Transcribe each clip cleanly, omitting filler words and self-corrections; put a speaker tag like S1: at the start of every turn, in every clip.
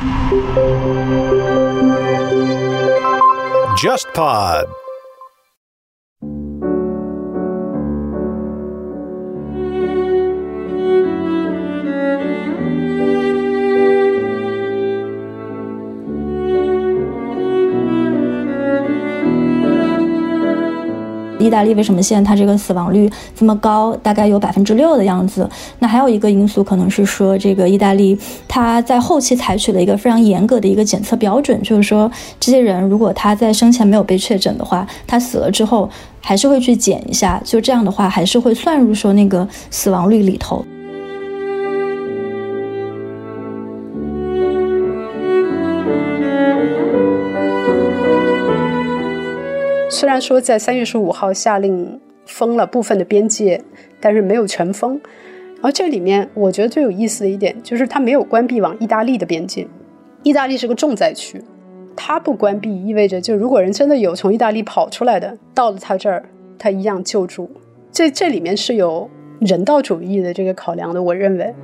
S1: JustPod。
S2: 意大利为什么现在它这个死亡率这么高，大概有6%的样子？那还有一个因素可能是说，这个意大利它在后期采取了一个非常严格的一个检测标准，就是说这些人如果他在生前没有被确诊的话，他死了之后还是会去检一下，就这样的话还是会算入说那个死亡率里头。
S3: 虽然说在3月15号下令封了部分的边界，但是没有全封。然后这里面我觉得最有意思的一点就是它没有关闭往意大利的边界。意大利是个重灾区，它不关闭意味着就如果人真的有从意大利跑出来的到了它这儿，它一样救助。这里面是有人道主义的这个考量的，我认为。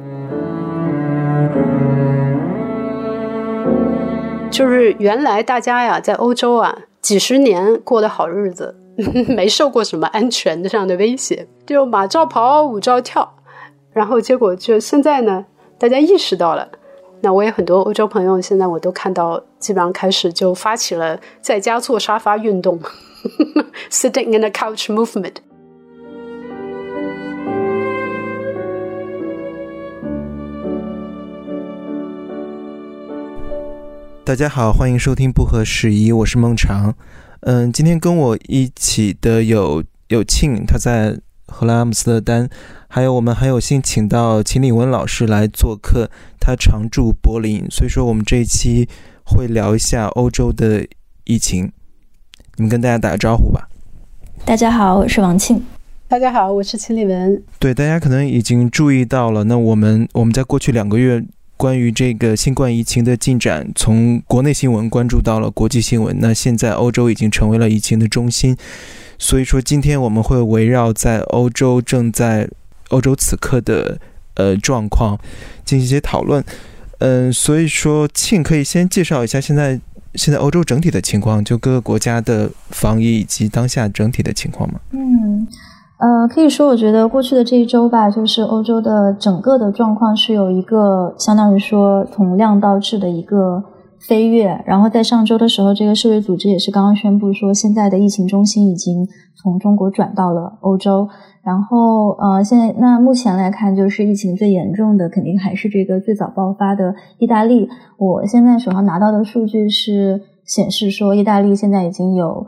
S3: 就是原来大家呀在欧洲啊几十年过的好日子，没受过什么安全上的威胁，就马照跑舞照跳，然后结果就现在呢大家意识到了。那我也很多欧洲朋友现在我都看到基本上开始就发起了在家坐沙发运动Sitting in a couch movement。
S4: 大家好，欢迎收听不合时宜，我是孟尝。今天跟我一起的有庆，他在荷兰阿姆斯特丹，还有我们很有幸请到秦岭文老师来做客，他常驻柏林，所以说我们这一期会聊一下欧洲的疫情。你们跟大家打个招呼吧。
S2: 大家好，我是王庆。
S3: 大家好，我是秦岭文。
S4: 对，大家可能已经注意到了，那我们在过去2个月关于这个新冠疫情的进展，从国内新闻关注到了国际新闻，那现在欧洲已经成为了疫情的中心，所以说今天我们会围绕在欧洲此刻的状况进行一些讨论。所以说庆可以先介绍一下现在欧洲整体的情况，就各个国家的防疫以及当下整体的情况吗？
S2: 可以说我觉得过去的这一周吧，就是欧洲的整个的状况是有一个相当于说从量到质的一个飞跃。然后在上周的时候，这个世卫组织也是刚刚宣布说现在的疫情中心已经从中国转到了欧洲。然后现在那目前来看，就是疫情最严重的肯定还是这个最早爆发的意大利。我现在手上拿到的数据是显示说意大利现在已经有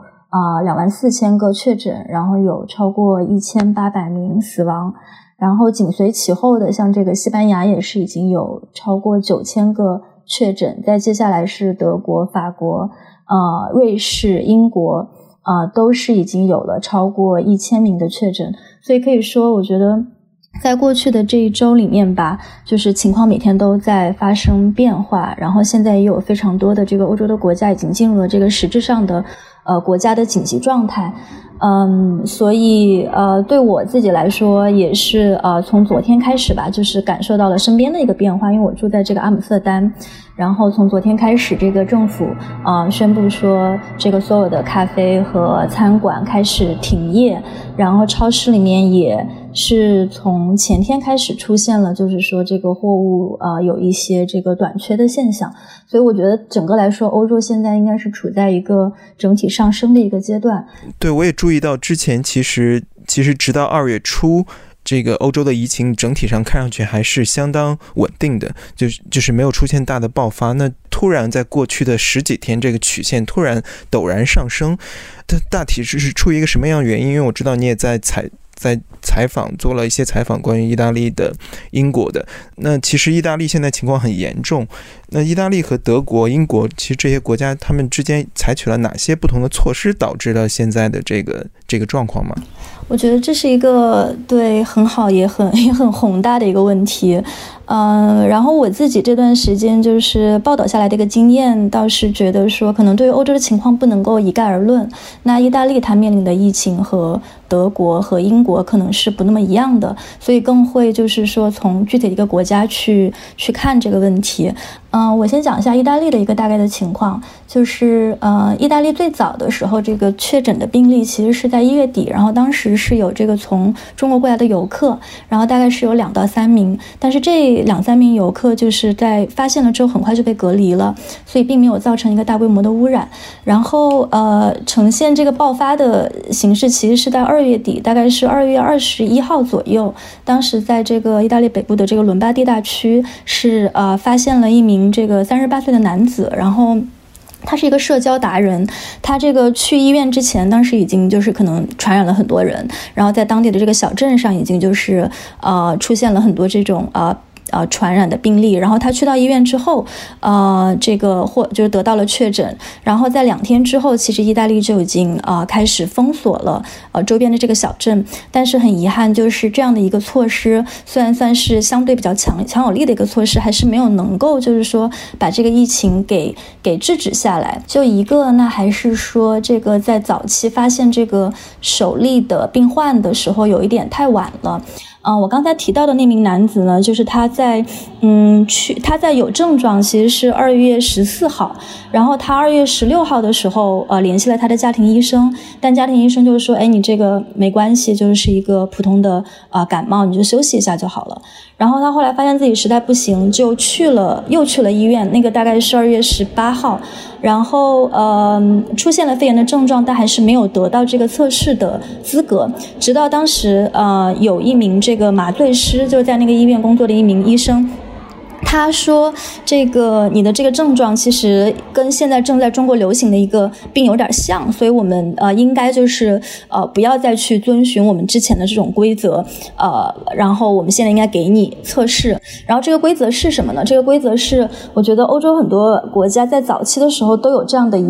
S2: 24000个确诊，然后有超过1800名死亡。然后紧随其后的像这个西班牙也是已经有超过9000个确诊，再接下来是德国、法国、瑞士、英国都是已经有了超过1000名的确诊。所以可以说我觉得在过去的这一周里面吧，就是情况每天都在发生变化，然后现在也有非常多的这个欧洲的国家已经进入了这个实质上的国家的紧急状态。所以对我自己来说也是从昨天开始吧，就是感受到了身边的一个变化，因为我住在这个阿姆斯特丹，然后从昨天开始这个政府宣布说这个所有的咖啡和餐馆开始停业，然后超市里面也是从前天开始出现了就是说这个货物有一些这个短缺的现象。所以我觉得整个来说欧洲现在应该是处在一个整体上升的一个阶段。
S4: 对，我也注意到之前其实直到2月初，这个欧洲的疫情整体上看上去还是相当稳定的，就是没有出现大的爆发。那突然在过去的10几天，这个曲线突然陡然上升，它大体是出于一个什么样的原因？因为我知道你也在采访做了一些采访关于意大利的、英国的。那其实意大利现在情况很严重，那意大利和德国、英国其实这些国家他们之间采取了哪些不同的措施导致了现在的这个状况吗？
S2: 我觉得这是一个对很好也很宏大的一个问题。然后我自己这段时间就是报道下来的一个经验，倒是觉得说可能对于欧洲的情况不能够一概而论。那意大利它面临的疫情和德国和英国可能是不那么一样的，所以更会就是说从具体的一个国家去看这个问题。我先讲一下意大利的一个大概的情况，就是意大利最早的时候，这个确诊的病例其实是在1月底，然后当时是有这个从中国过来的游客，然后大概是有2到3名，但是这2、3名游客就是在发现了之后很快就被隔离了，所以并没有造成一个大规模的污染。然后呈现这个爆发的形式其实是在2月底，大概是2月21号左右，当时在这个意大利北部的这个伦巴第大区是发现了一名这个38岁的男子，然后他是一个社交达人，他这个去医院之前，当时已经就是可能传染了很多人，然后在当地的这个小镇上已经就是出现了很多这种传染的病例，然后他去到医院之后，这个就是得到了确诊，然后在2天之后，其实意大利就已经开始封锁了周边的这个小镇，但是很遗憾，就是这样的一个措施，虽然算是相对比较强有力的一个措施，还是没有能够就是说把这个疫情给制止下来。就一个呢，还是说这个在早期发现这个首例的病患的时候有一点太晚了。我刚才提到的那名男子呢，就是他在有症状，其实是2月14号，然后他2月16号的时候联系了他的家庭医生，但家庭医生就是说，你这个没关系，就是一个普通的感冒，你就休息一下就好了。然后他后来发现自己实在不行，就又去了医院，那个大概是2月18号，然后出现了肺炎的症状，但还是没有得到这个测试的资格。直到当时有一名这个麻醉师，就在那个医院工作的一名医生，他说这个你的这个症状其实跟现在正在中国流行的一个病有点像，所以我们应该就是不要再去遵循我们之前的这种规则，然后我们现在应该给你测试。然后这个规则是什么呢？这个规则是我觉得欧洲很多国家在早期的时候都有这样的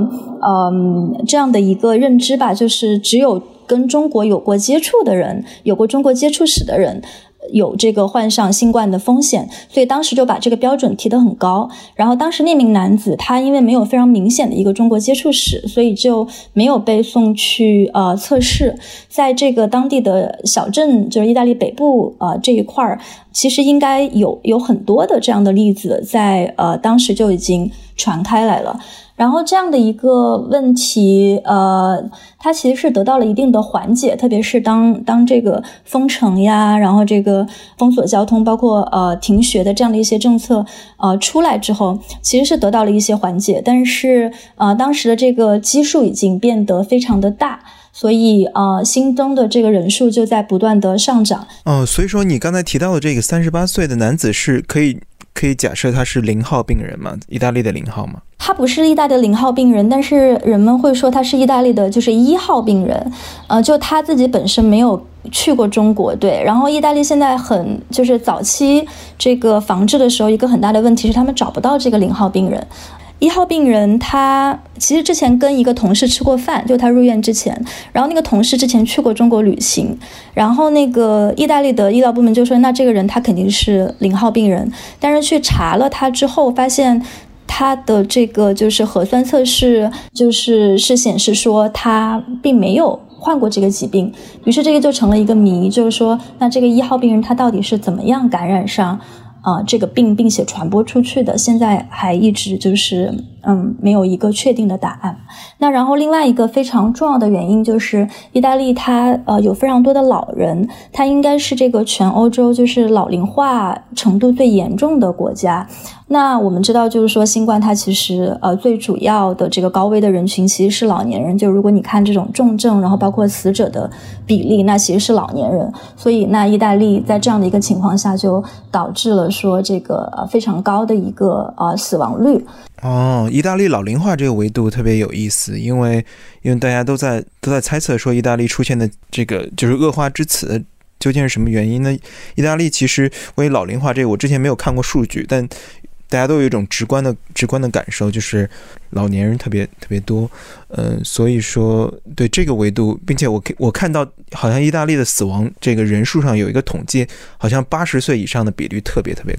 S2: 一个认知吧，就是只有跟中国有过接触的人，有过中国接触史的人有这个患上新冠的风险，所以当时就把这个标准提得很高。然后当时那名男子他因为没有非常明显的一个中国接触史，所以就没有被送去测试。在这个当地的小镇，就是意大利北部这一块，其实应该有很多的这样的例子在当时就已经传开来了。然后这样的一个问题它其实是得到了一定的缓解，特别是当这个封城呀，然后这个封锁交通，包括停学的这样的一些政策出来之后，其实是得到了一些缓解，但是当时的这个基数已经变得非常的大，所以新增的这个人数就在不断的上涨。
S4: 所以说你刚才提到的这个38岁的男子是可以假设他是0号病人吗？意大利的0号吗？
S2: 他不是意大利的0号病人，但是人们会说他是意大利的就是1号病人。就他自己本身没有去过中国，对。然后意大利现在就是早期这个防治的时候，一个很大的问题是他们找不到这个0号病人。1号病人他其实之前跟一个同事吃过饭，就他入院之前，然后那个同事之前去过中国旅行，然后那个意大利的医疗部门就说那这个人他肯定是0号病人，但是去查了他之后发现他的这个就是核酸测试是显示说他并没有患过这个疾病，于是这个就成了一个谜，就是说那这个1号病人他到底是怎么样感染上这个病并且传播出去的，现在还一直就是没有一个确定的答案。那然后另外一个非常重要的原因就是意大利它有非常多的老人，它应该是这个全欧洲就是老龄化程度最严重的国家。那我们知道就是说新冠它其实最主要的这个高危的人群其实是老年人，就如果你看这种重症然后包括死者的比例，那其实是老年人，所以那意大利在这样的一个情况下就导致了说这个非常高的一个死亡率。
S4: 意大利老龄化这个维度特别有意思，因为大家都在猜测说意大利出现的这个就是恶化之词究竟是什么原因呢？意大利其实关于老龄化这个我之前没有看过数据，但大家都有一种直观的感受，就是老年人特别多，所以说对这个维度，并且我看到好像意大利的死亡这个人数上有一个统计，好像80岁以上的比率特别高。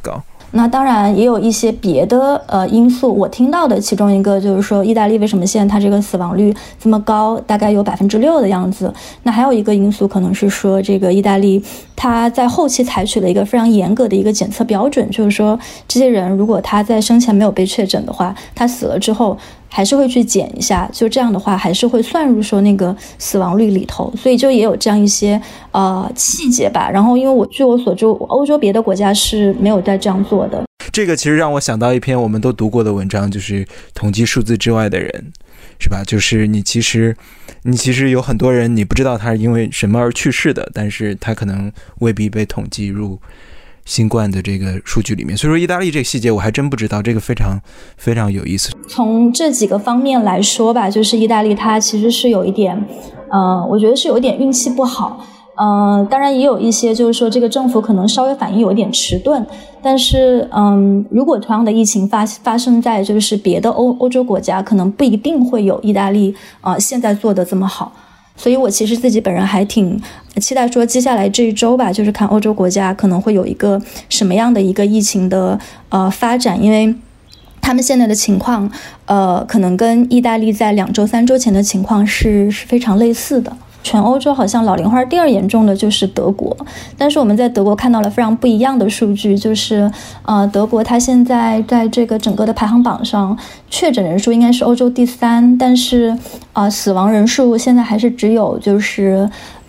S2: 那当然也有一些别的因素，我听到的其中一个就是说，意大利为什么现在它这个死亡率这么高，大概有6%的样子。那还有一个因素可能是说，这个意大利它在后期采取了一个非常严格的一个检测标准，就是说这些人如果他在生前没有被确诊的话，他死了之后还是会去检一下，就这样的话还是会算入说那个死亡率里头，所以就也有这样一些细节吧。然后因为据我所知，欧洲别的国家是没有在这样做的。
S4: 这个其实让我想到一篇我们都读过的文章，就是统计数字之外的人，是吧？就是你其实有很多人你不知道他是因为什么而去世的，但是他可能未必被统计入新冠的这个数据里面。所以说意大利这个细节我还真不知道，这个非常非常有意思。
S2: 从这几个方面来说吧，就是意大利它其实是有一点我觉得是有一点运气不好。当然也有一些就是说这个政府可能稍微反应有一点迟钝，但是如果同样的疫情发生在就是别的欧洲国家，可能不一定会有意大利现在做的这么好。所以我其实自己本人还挺期待说接下来这一周吧，就是看欧洲国家可能会有一个什么样的一个疫情的发展，因为他们现在的情况可能跟意大利在2周3周前的情况是非常类似的。全欧洲好像老龄化第2严重的就是德国，但是我们在德国看到了非常不一样的数据，就是德国它现在在这个整个的排行榜上确诊人数应该是欧洲第3，但是死亡人数现在还是只有就是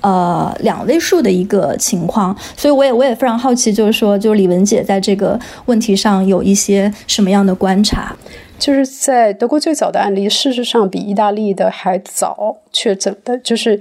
S2: 2位数的一个情况。所以我也非常好奇，就是说就李文姐在这个问题上有一些什么样的观察。
S3: 就是在德国最早的案例事实上比意大利的还早确诊的，就是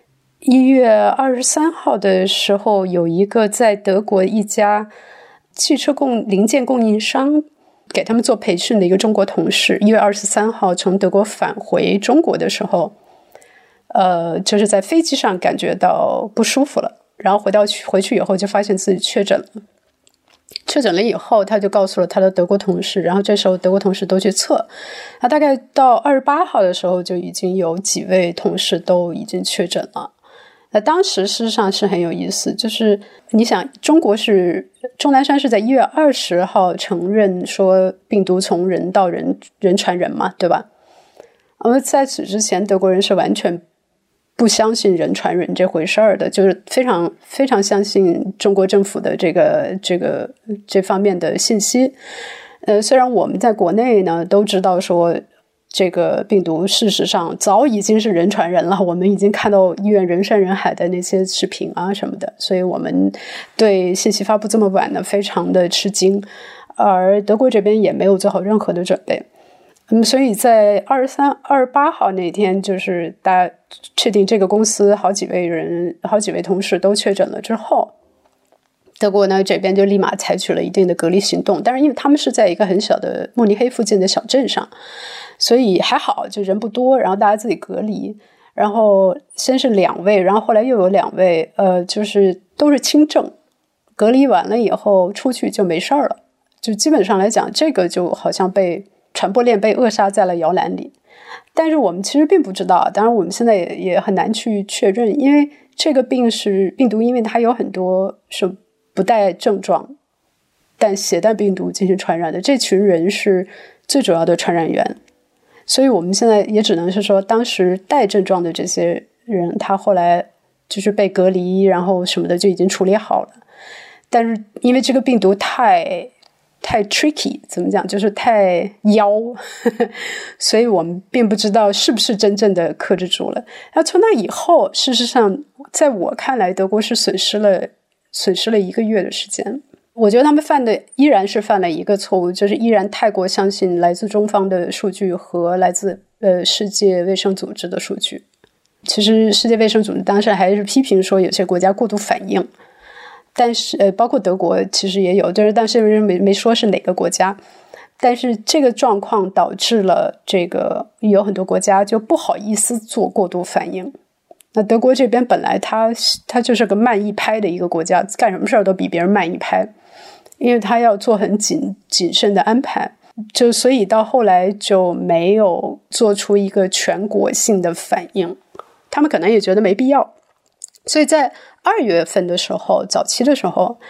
S3: 1月23号的时候，有一个在德国一家汽车零件供应商给他们做培训的一个中国同事，1月23号从德国返回中国的时候就是在飞机上感觉到不舒服了，然后回去以后就发现自己确诊了。确诊了以后，他就告诉了他的德国同事，然后这时候德国同事都去测，那大概到28号的时候就已经有几位同事都已经确诊了。那当时事实上是很有意思，就是你想钟南山是在1月20号承认说病毒从人到人传人嘛，对吧？而在此之前德国人是完全不相信人传人这回事儿的，就是非常非常相信中国政府的这方面的信息。虽然我们在国内呢都知道说这个病毒事实上早已经是人传人了，我们已经看到医院人山人海的那些视频啊什么的，所以我们对信息发布这么晚呢非常的吃惊，而德国这边也没有做好任何的准备。所以在28号那天，就是大家确定这个公司好几位同事都确诊了之后，德国呢这边就立马采取了一定的隔离行动。但是因为他们是在一个很小的慕尼黑附近的小镇上，所以还好，就人不多，然后大家自己隔离。然后先是2位，然后后来又有2位，就是都是轻症，隔离完了以后出去就没事儿了。就基本上来讲，这个就好像传播链被扼杀在了摇篮里，但是我们其实并不知道，当然我们现在也很难去确认，因为这个病毒，因为它有很多是不带症状但携带病毒进行传染的，这群人是最主要的传染源，所以我们现在也只能是说当时带症状的这些人他后来就是被隔离然后什么的就已经处理好了，但是因为这个病毒太 tricky， 怎么讲，就是太妖所以我们并不知道是不是真正的克制住了。那从那以后，事实上在我看来德国是损失了1个月的时间。我觉得他们依然是犯了一个错误，就是依然太过相信来自中方的数据和来自世界卫生组织的数据。其实世界卫生组织当时还是批评说有些国家过度反应，但是包括德国其实也有，就是但是没说是哪个国家。但是这个状况导致了这个有很多国家就不好意思做过度反应。那德国这边本来它就是个慢一拍的一个国家，干什么事儿都比别人慢一拍，因为它要做很谨慎的安排，就所以到后来就没有做出一个全国性的反应，他们可能也觉得没必要。所以在2月份的时候，早期的时候，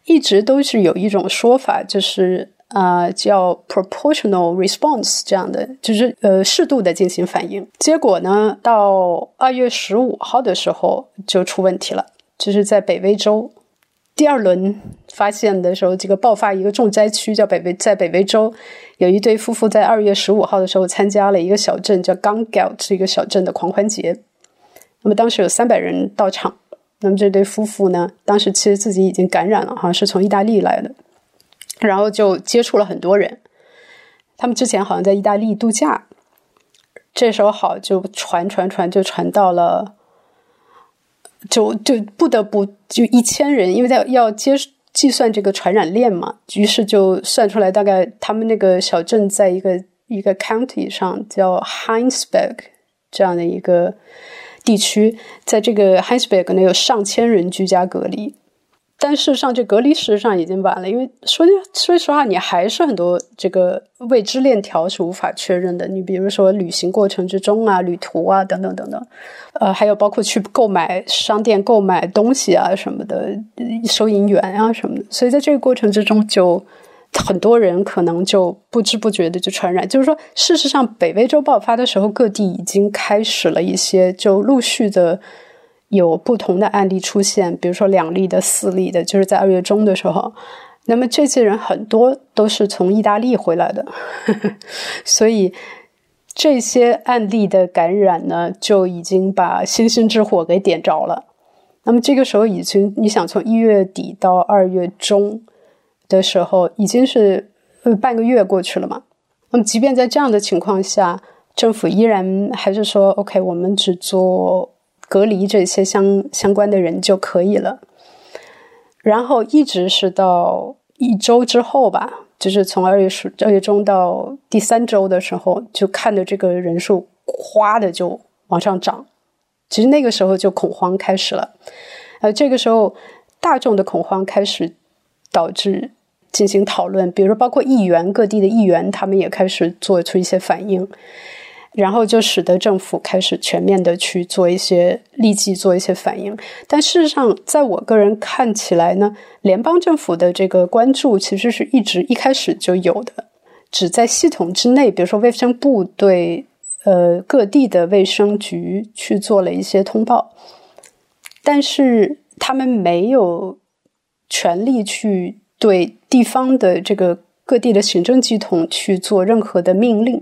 S3: 一直都是有一种说法，就是叫 proportional response 这样的，就是适度的进行反应。结果呢，到2月15号的时候就出问题了，就是在北威州第二轮发现的时候，这个爆发一个重灾区在北威州，有一对夫妇在2月15号的时候参加了一个小镇叫 Gungout 这个小镇的狂欢节。那么当时有300人到场，那么这对夫妇呢，当时其实自己已经感染了，好像是从意大利来的，然后就接触了很多人。他们之前好像在意大利度假，这时候好就传就传到了，就不得不就1000人，因为他要计算这个传染链嘛，于是就算出来大概他们那个小镇在一个 county 上叫 Heinsberg 这样的一个地区，在这个 Heinsberg 呢有上千人居家隔离。但事实上这隔离事实上已经晚了，因为说实话你还是很多这个未知链条是无法确认的。你比如说旅行过程之中啊，旅途啊等等等等，还有包括去商店购买东西啊什么的，收银员啊什么的，所以在这个过程之中就很多人可能就不知不觉的就传染。就是说事实上北威州爆发的时候，各地已经开始了一些就陆续的有不同的案例出现，比如说2例的4例的，就是在2月中的时候。那么这些人很多都是从意大利回来的所以这些案例的感染呢，就已经把星星之火给点着了。那么这个时候已经，你想从1月底到2月中的时候，已经是半个月过去了嘛。那么即便在这样的情况下，政府依然还是说 OK 我们只做隔离这些相关的人就可以了。然后一直是到1周之后吧，就是从2月中到第3周的时候，就看着这个人数哗的就往上涨。其实那个时候就恐慌开始了，这个时候大众的恐慌开始导致进行讨论，比如说包括各地的议员他们也开始做出一些反应，然后就使得政府开始全面的去立即做一些反应。但事实上在我个人看起来呢，联邦政府的这个关注其实是一开始就有的，只在系统之内，比如说卫生部对各地的卫生局去做了一些通报，但是他们没有权力去对地方的这个各地的行政系统去做任何的命令。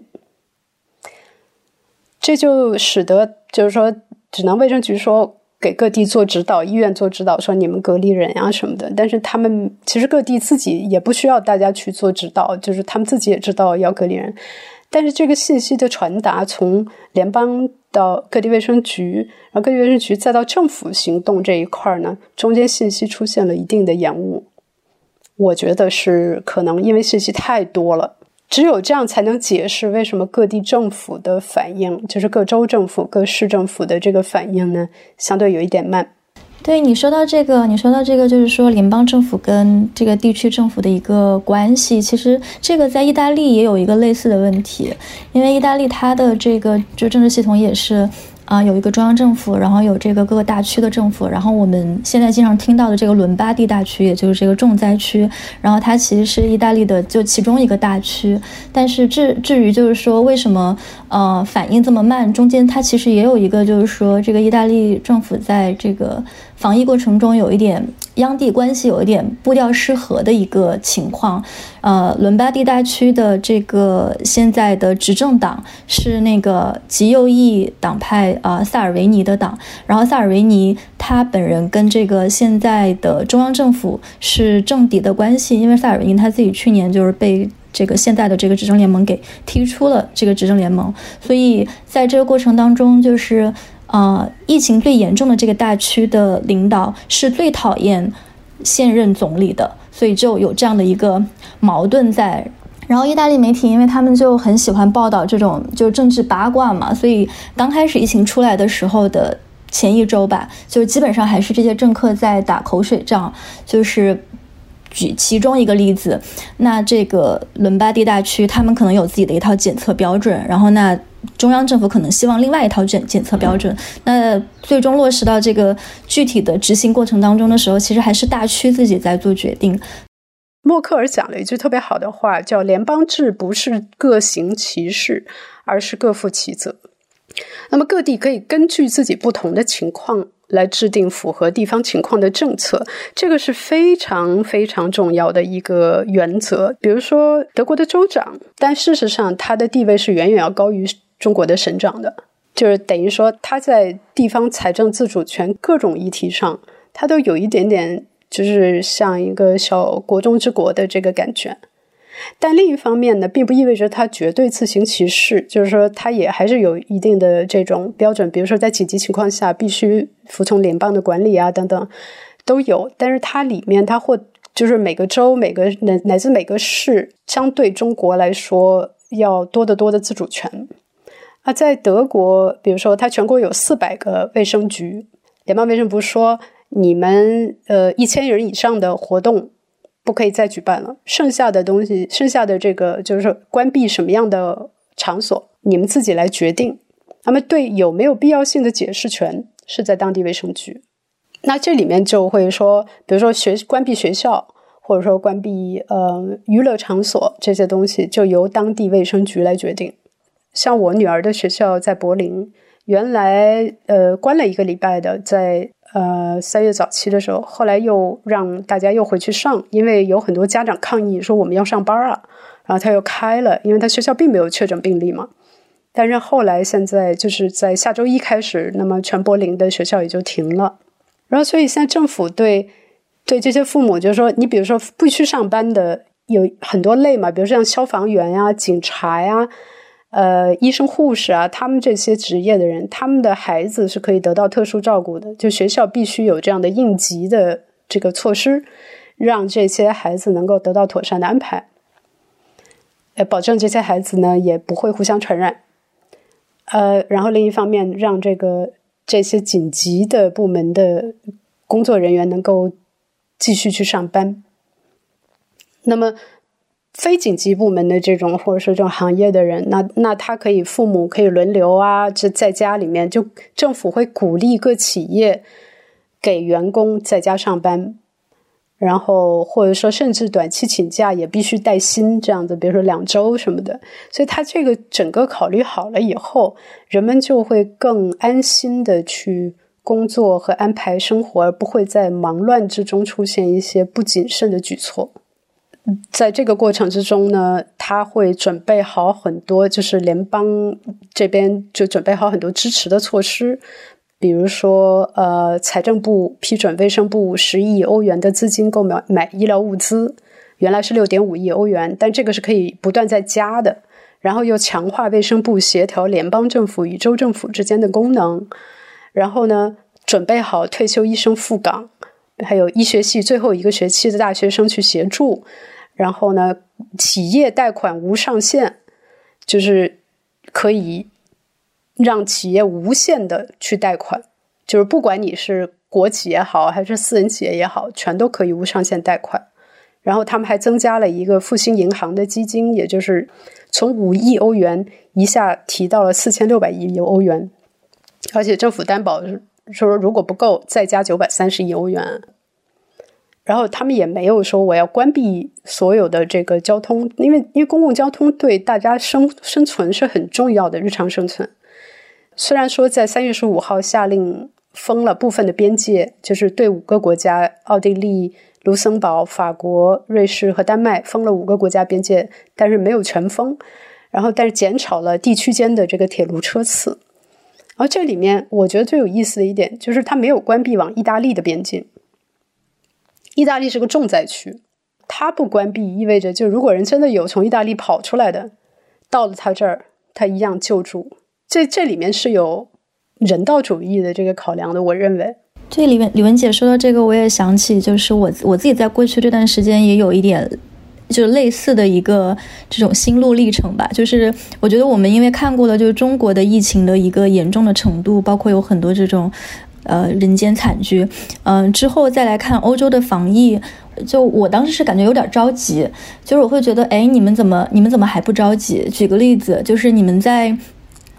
S3: 这就使得就是说只能卫生局说给各地做指导，医院做指导，说你们隔离人啊什么的，但是他们其实各地自己也不需要大家去做指导，就是他们自己也知道要隔离人。但是这个信息的传达从联邦到各地卫生局，然后各地卫生局再到政府行动这一块呢，中间信息出现了一定的延误。我觉得是可能因为信息太多了，只有这样才能解释为什么各地政府的反应，就是各州政府各市政府的这个反应呢，相对有一点慢。
S2: 对，你说到这个就是说联邦政府跟这个地区政府的一个关系，其实这个在意大利也有一个类似的问题，因为意大利它的这个就政治系统也是有一个中央政府，然后有这个各个大区的政府，然后我们现在经常听到的这个伦巴第大区，也就是这个重灾区，然后它其实是意大利的就其中一个大区。但是至于就是说为什么反应这么慢，中间它其实也有一个就是说这个意大利政府在这个防疫过程中有一点央地关系有一点步调失和的一个情况。伦巴第大区的这个现在的执政党是那个极右翼党派萨尔维尼的党，然后萨尔维尼他本人跟这个现在的中央政府是政敌的关系，因为萨尔维尼他自己去年就是被这个现在的这个执政联盟给踢出了这个执政联盟，所以在这个过程当中就是疫情最严重的这个大区的领导是最讨厌现任总理的，所以就有这样的一个矛盾在。然后意大利媒体因为他们就很喜欢报道这种就政治八卦嘛，所以刚开始疫情出来的时候的前1周吧，就基本上还是这些政客在打口水仗。就是举其中一个例子，那这个伦巴第大区他们可能有自己的一套检测标准，然后那中央政府可能希望另外一套检测标准，那最终落实到这个具体的执行过程当中的时候，其实还是大区自己在做决定。
S3: 默克尔讲了一句特别好的话，叫联邦制不是各行其事，而是各负其责。那么各地可以根据自己不同的情况来制定符合地方情况的政策，这个是非常非常重要的一个原则。比如说德国的州长，但事实上他的地位是远远要高于中国的省长的，就是等于说他在地方财政自主权各种议题上，他都有一点点就是像一个小国中之国的这个感觉。但另一方面呢，并不意味着他绝对自行其事，就是说他也还是有一定的这种标准，比如说在紧急情况下必须服从联邦的管理啊等等都有，但是它里面它就是每个州乃至每个市相对中国来说要多得多的自主权。在德国比如说它全国有400个卫生局，联邦卫生部说你们1000人以上的活动不可以再举办了，剩下的这个就是说关闭什么样的场所你们自己来决定，那么对有没有必要性的解释权是在当地卫生局。那这里面就会说比如说关闭学校，或者说关闭娱乐场所，这些东西就由当地卫生局来决定。像我女儿的学校在柏林，原来关了1个礼拜的，在3月早期的时候，后来又让大家又回去上，因为有很多家长抗议说我们要上班啊，然后他又开了，因为他学校并没有确诊病例嘛。但是后来现在就是在下周1开始，那么全柏林的学校也就停了。然后所以现在政府对这些父母就是说，你比如说不去上班的有很多类嘛，比如说像消防员呀、警察呀、医生护士啊，他们这些职业的人，他们的孩子是可以得到特殊照顾的，就学校必须有这样的应急的这个措施，让这些孩子能够得到妥善的安排，保证这些孩子呢也不会互相传染。然后另一方面让这些紧急的部门的工作人员能够继续去上班。那么非紧急部门的这种或者是这种行业的人，那他可以父母可以轮流啊，这在家里面就政府会鼓励各企业给员工在家上班，然后或者说甚至短期请假也必须带薪这样子，比如说2周什么的。所以他这个整个考虑好了以后，人们就会更安心的去工作和安排生活，而不会在忙乱之中出现一些不谨慎的举措。在这个过程之中呢，他会准备好很多，就是联邦这边就准备好很多支持的措施，比如说财政部批准卫生部10亿欧元的资金购买医疗物资，原来是6.5亿欧元，但这个是可以不断再加的。然后又强化卫生部协调联邦政府与州政府之间的功能，然后呢准备好退休医生赴岗，还有医学系最后1个学期的大学生去协助。然后呢企业贷款无上限，就是可以让企业无限的去贷款，就是不管你是国企也好还是私人企业也好，全都可以无上限贷款。然后他们还增加了一个复兴银行的基金，也就是从5亿欧元一下提到了4600亿欧元，而且政府担保说如果不够再加930亿欧元。然后他们也没有说我要关闭所有的这个交通，因为公共交通对大家生存是很重要的日常生存。虽然说在3月15号下令封了部分的边界，就是对5个国家奥地利、卢森堡、法国、瑞士和丹麦封了5个国家边界，但是没有全封，但是减少了地区间的这个铁路车次。然后这里面我觉得最有意思的一点就是它没有关闭往意大利的边境。意大利是个重灾区，它不关闭意味着就如果人真的有从意大利跑出来的到了他这儿，他一样救助。这里面是有人道主义的这个考量的，我认为。
S2: 对，李文姐说到这个，我也想起就是我自己在过去这段时间也有一点就类似的一个这种心路历程吧。就是我觉得我们因为看过了就是中国的疫情的一个严重的程度，包括有很多这种人间惨剧，之后再来看欧洲的防疫，就我当时是感觉有点着急，就是我会觉得你们怎么还不着急？举个例子，就是你们在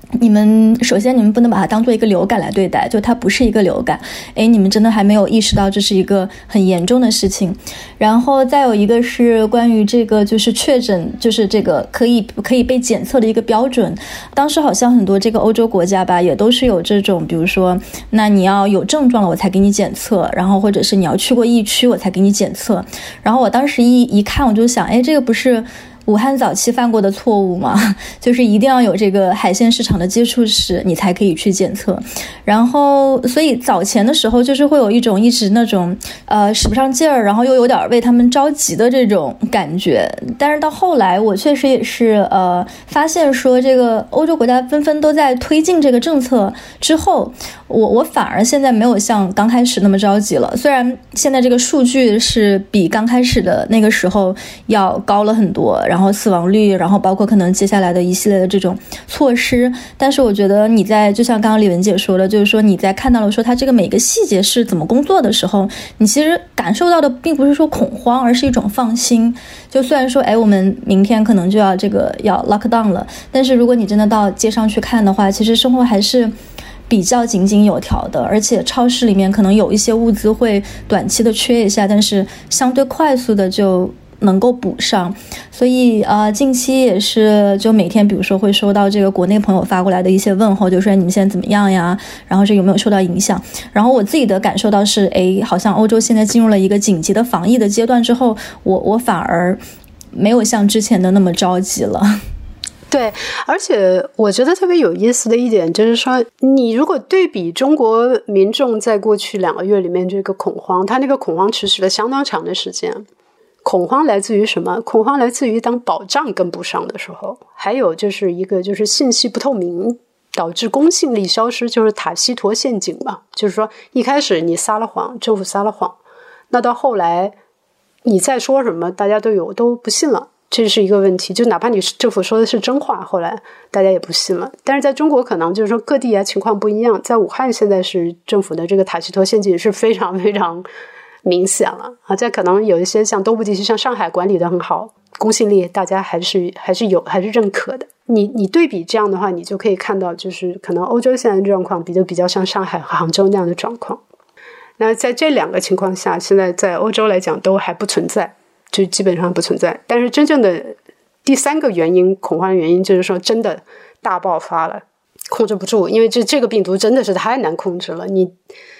S2: 首先你们不能把它当做一个流感来对待，就它不是一个流感，你们真的还没有意识到这是一个很严重的事情。然后再有一个是关于这个就是确诊，就是这个可以被检测的一个标准。当时好像很多这个欧洲国家吧，也都是有这种，比如说那你要有症状了我才给你检测，然后或者是你要去过疫区我才给你检测。然后我当时一看我就想，这个不是武汉早期犯过的错误嘛，就是一定要有这个海鲜市场的接触史你才可以去检测。然后所以早前的时候就是会有一种一直那种使不上劲儿，然后又有点为他们着急的这种感觉。但是到后来我确实也是发现说这个欧洲国家纷纷都在推进这个政策之后，我反而现在没有像刚开始那么着急了。虽然现在这个数据是比刚开始的那个时候要高了很多，然后死亡率，然后包括可能接下来的一系列的这种措施，但是我觉得你在就像刚刚李文姐说的，就是说你在看到了说它这个每个细节是怎么工作的时候，你其实感受到的并不是说恐慌，而是一种放心。就虽然说我们明天可能就要要 lock down 了，但是如果你真的到街上去看的话，其实生活还是比较井井有条的，而且超市里面可能有一些物资会短期的缺一下，但是相对快速的就能够补上。所以近期也是就每天比如说会收到这个国内朋友发过来的一些问候，就说你们现在怎么样呀，然后这有没有受到影响。然后我自己的感受到是好像欧洲现在进入了一个紧急的防疫的阶段之后，我反而没有像之前的那么着急了。
S3: 对，而且我觉得特别有意思的一点就是说，你如果对比中国民众在过去2个月里面这个恐慌，它那个恐慌持续了相当长的时间。恐慌来自于什么？恐慌来自于当保障跟不上的时候，还有就是一个就是信息不透明导致公信力消失，就是塔西佗陷阱嘛。就是说一开始你撒了谎，政府撒了谎，那到后来你再说什么大家都不信了，这是一个问题。就哪怕你政府说的是真话，后来大家也不信了。但是在中国可能就是说各地情况不一样，在武汉现在是政府的这个塔西佗陷阱是非常非常明显了啊！在可能有一些像东部地区，像上海管理的很好，公信力大家还是认可的。你对比这样的话，你就可以看到，就是可能欧洲现在的状况比较像上海和杭州那样的状况。那在这2个情况下，现在在欧洲来讲都还不存在，就基本上不存在。但是真正的第3个原因，恐慌的原因就是说真的大爆发了，控制不住，因为这个病毒真的是太难控制了。你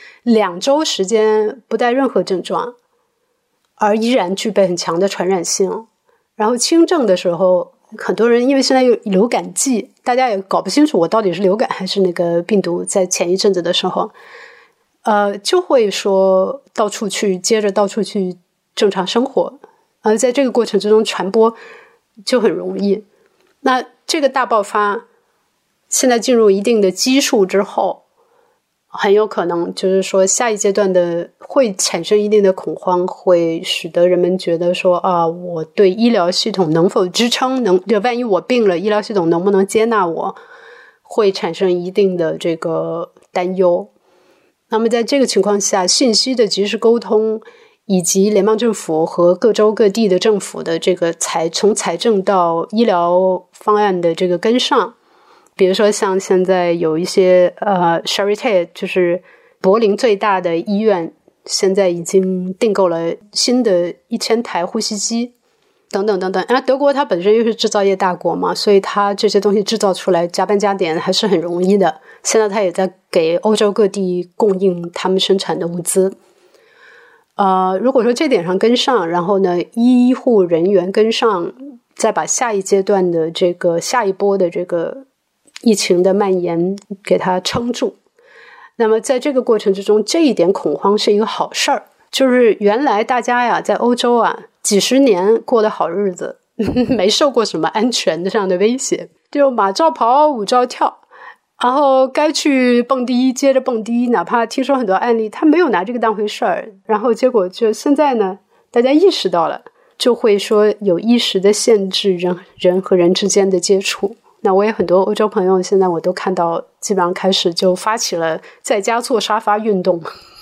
S3: 2周时间不带任何症状，而依然具备很强的传染性。然后轻症的时候，很多人因为现在有流感季，大家也搞不清楚我到底是流感还是那个病毒。在前一阵子的时候，就会说接着到处去正常生活，在这个过程之中传播就很容易。那这个大爆发现在进入一定的基数之后，很有可能就是说下一阶段的会产生一定的恐慌，会使得人们觉得说我对医疗系统能否支撑，就万一我病了，医疗系统能不能接纳我，会产生一定的这个担忧。那么在这个情况下，信息的及时沟通，以及联邦政府和各州各地的政府的这个从财政到医疗方案的这个跟上，比如说像现在有一些Charité 就是柏林最大的医院，现在已经订购了新的1000台呼吸机等等等等。然后德国它本身又是制造业大国嘛，所以它这些东西制造出来加班加点还是很容易的。现在它也在给欧洲各地供应他们生产的物资。如果说这点上跟上，然后呢医护人员跟上，再把下一阶段的下一波的这个疫情的蔓延给它撑住，那么在这个过程之中，这一点恐慌是一个好事儿。就是原来大家在欧洲几十年过的好日子，没受过什么安全的上的威胁，就马照跑，舞照跳，然后该去蹦迪接着蹦迪，哪怕听说很多案例他没有拿这个当回事儿，然后结果就现在呢大家意识到了，就会说有意识的限制人和人之间的接触。那我也很多欧洲朋友现在我都看到基本上开始就发起了在家坐沙发运动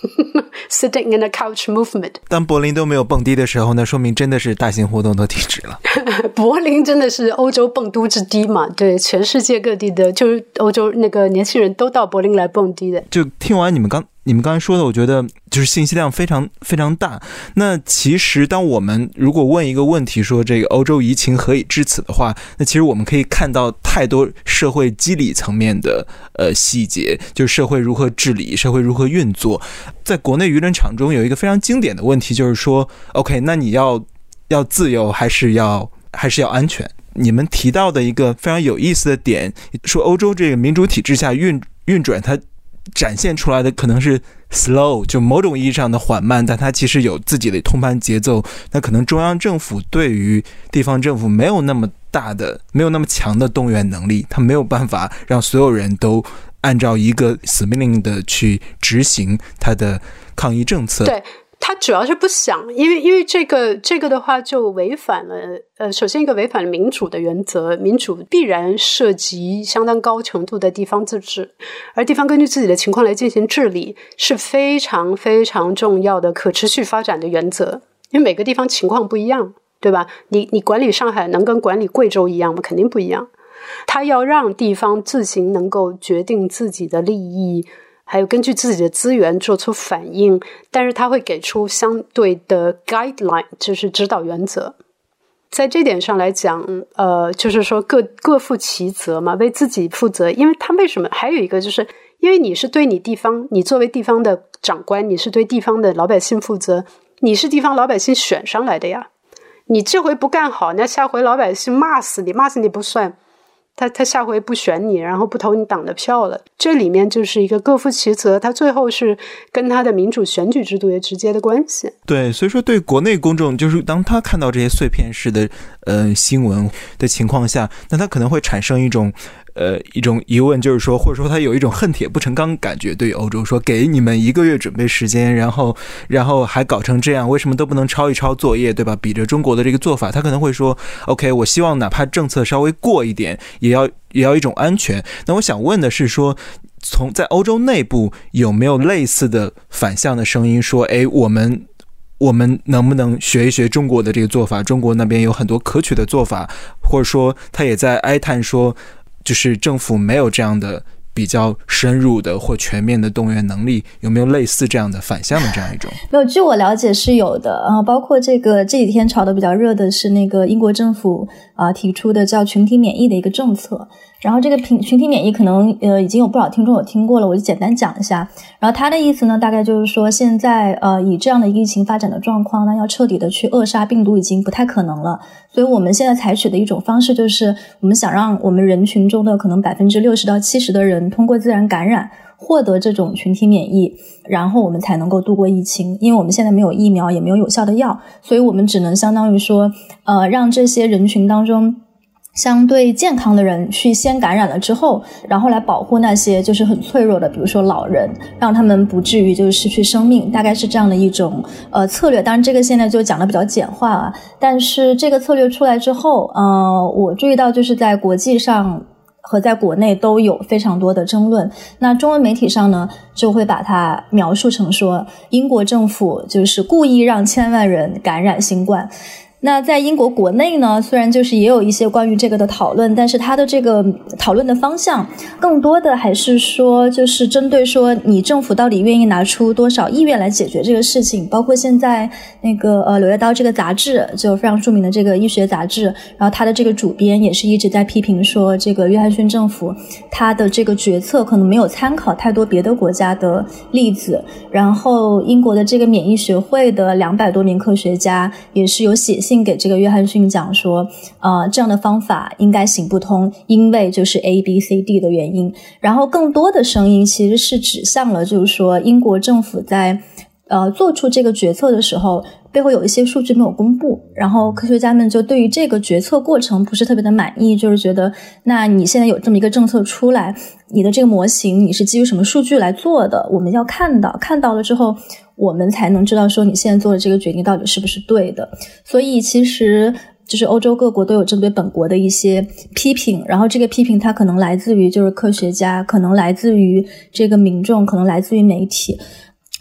S3: sitting in a couch movement。
S4: 当柏林都没有蹦迪的时候，那说明真的是大型活动的体制了。
S3: 柏林真的是欧洲蹦都之地嘛，对，全世界各地的就是欧洲那个年轻人都到柏林来蹦迪的。
S4: 就听完你们刚才说的，我觉得就是信息量非常非常大。那其实当我们如果问一个问题说这个欧洲疫情何以至此的话，那其实我们可以看到太多社会机理层面的细节，就是社会如何治理，社会如何运作。在国内舆论场中有一个非常经典的问题，就是说 OK， 那你要自由还是要安全？你们提到的一个非常有意思的点，说欧洲这个民主体制下运转，它展现出来的可能是 slow， 就某种意义上的缓慢，但它其实有自己的通盘节奏。那可能中央政府对于地方政府没有那么强的动员能力，它没有办法让所有人都按照一个死命令的去执行它的抗疫政策。
S3: 对，他主要是不想，因为这个的话就违反了首先一个违反了民主的原则，民主必然涉及相当高程度的地方自治，而地方根据自己的情况来进行治理是非常非常重要的可持续发展的原则，因为每个地方情况不一样，对吧？你管理上海能跟管理贵州一样吗？肯定不一样。他要让地方自行能够决定自己的利益，还有根据自己的资源做出反应，但是他会给出相对的 guideline， 就是指导原则。在这点上来讲，就是说各负其责嘛，为自己负责。因为他为什么还有一个就是因为你是对你地方，你作为地方的长官，你是对地方的老百姓负责，你是地方老百姓选上来的呀。你这回不干好，那下回老百姓骂死你不算，他下回不选你，然后不投你党的票了。这里面就是一个各负其责，他最后是跟他的民主选举制度有直接的关系。
S4: 对，所以说对国内公众，就是当他看到这些碎片式的新闻的情况下，那他可能会产生一种疑问，就是说，或者说他有一种恨铁不成钢感觉，对于欧洲说给你们1个月准备时间，然后还搞成这样，为什么都不能抄一抄作业，对吧？比着中国的这个做法，他可能会说 OK， 我希望哪怕政策稍微过一点，也要一种安全。那我想问的是说，在欧洲内部有没有类似的反向的声音说，我们能不能学一学中国的这个做法？中国那边有很多可取的做法，或者说他也在哀叹说，就是政府没有这样的比较深入的或全面的动员能力，有没有类似这样的反向的这样一种？
S2: 没有，据我了解是有的包括这几天炒得比较热的是那个英国政府提出的叫群体免疫的一个政策。然后这个群体免疫可能已经有不少听众有听过了，我就简单讲一下。然后他的意思呢，大概就是说现在以这样的疫情发展的状况呢，要彻底的去扼杀病毒已经不太可能了。所以我们现在采取的一种方式就是我们想让我们人群中的可能60%到70%的人通过自然感染获得这种群体免疫，然后我们才能够度过疫情。因为我们现在没有疫苗，也没有有效的药，所以我们只能相当于说让这些人群当中相对健康的人去先感染了之后，然后来保护那些就是很脆弱的，比如说老人，让他们不至于就是失去生命，大概是这样的一种策略。当然这个现在就讲的比较简化但是这个策略出来之后我注意到就是在国际上和在国内都有非常多的争论。那中文媒体上呢，就会把它描述成说英国政府就是故意让千万人感染新冠。那在英国国内呢，虽然就是也有一些关于这个的讨论，但是它的这个讨论的方向更多的还是说就是针对说你政府到底愿意拿出多少意愿来解决这个事情。包括现在那个柳叶刀这个杂志，就非常著名的这个医学杂志，然后它的这个主编也是一直在批评说这个约翰逊政府他的这个决策可能没有参考太多别的国家的例子。然后英国的这个免疫学会的200多名科学家也是有写信给这个约翰逊讲说这样的方法应该行不通，因为就是 ABCD 的原因。然后更多的声音其实是指向了就是说英国政府在做出这个决策的时候背后有一些数据没有公布，然后科学家们就对于这个决策过程不是特别的满意，就是觉得那你现在有这么一个政策出来，你的这个模型你是基于什么数据来做的，我们要看到了之后我们才能知道说你现在做的这个决定到底是不是对的。所以其实就是欧洲各国都有针对本国的一些批评，然后这个批评它可能来自于就是科学家，可能来自于这个民众，可能来自于媒体。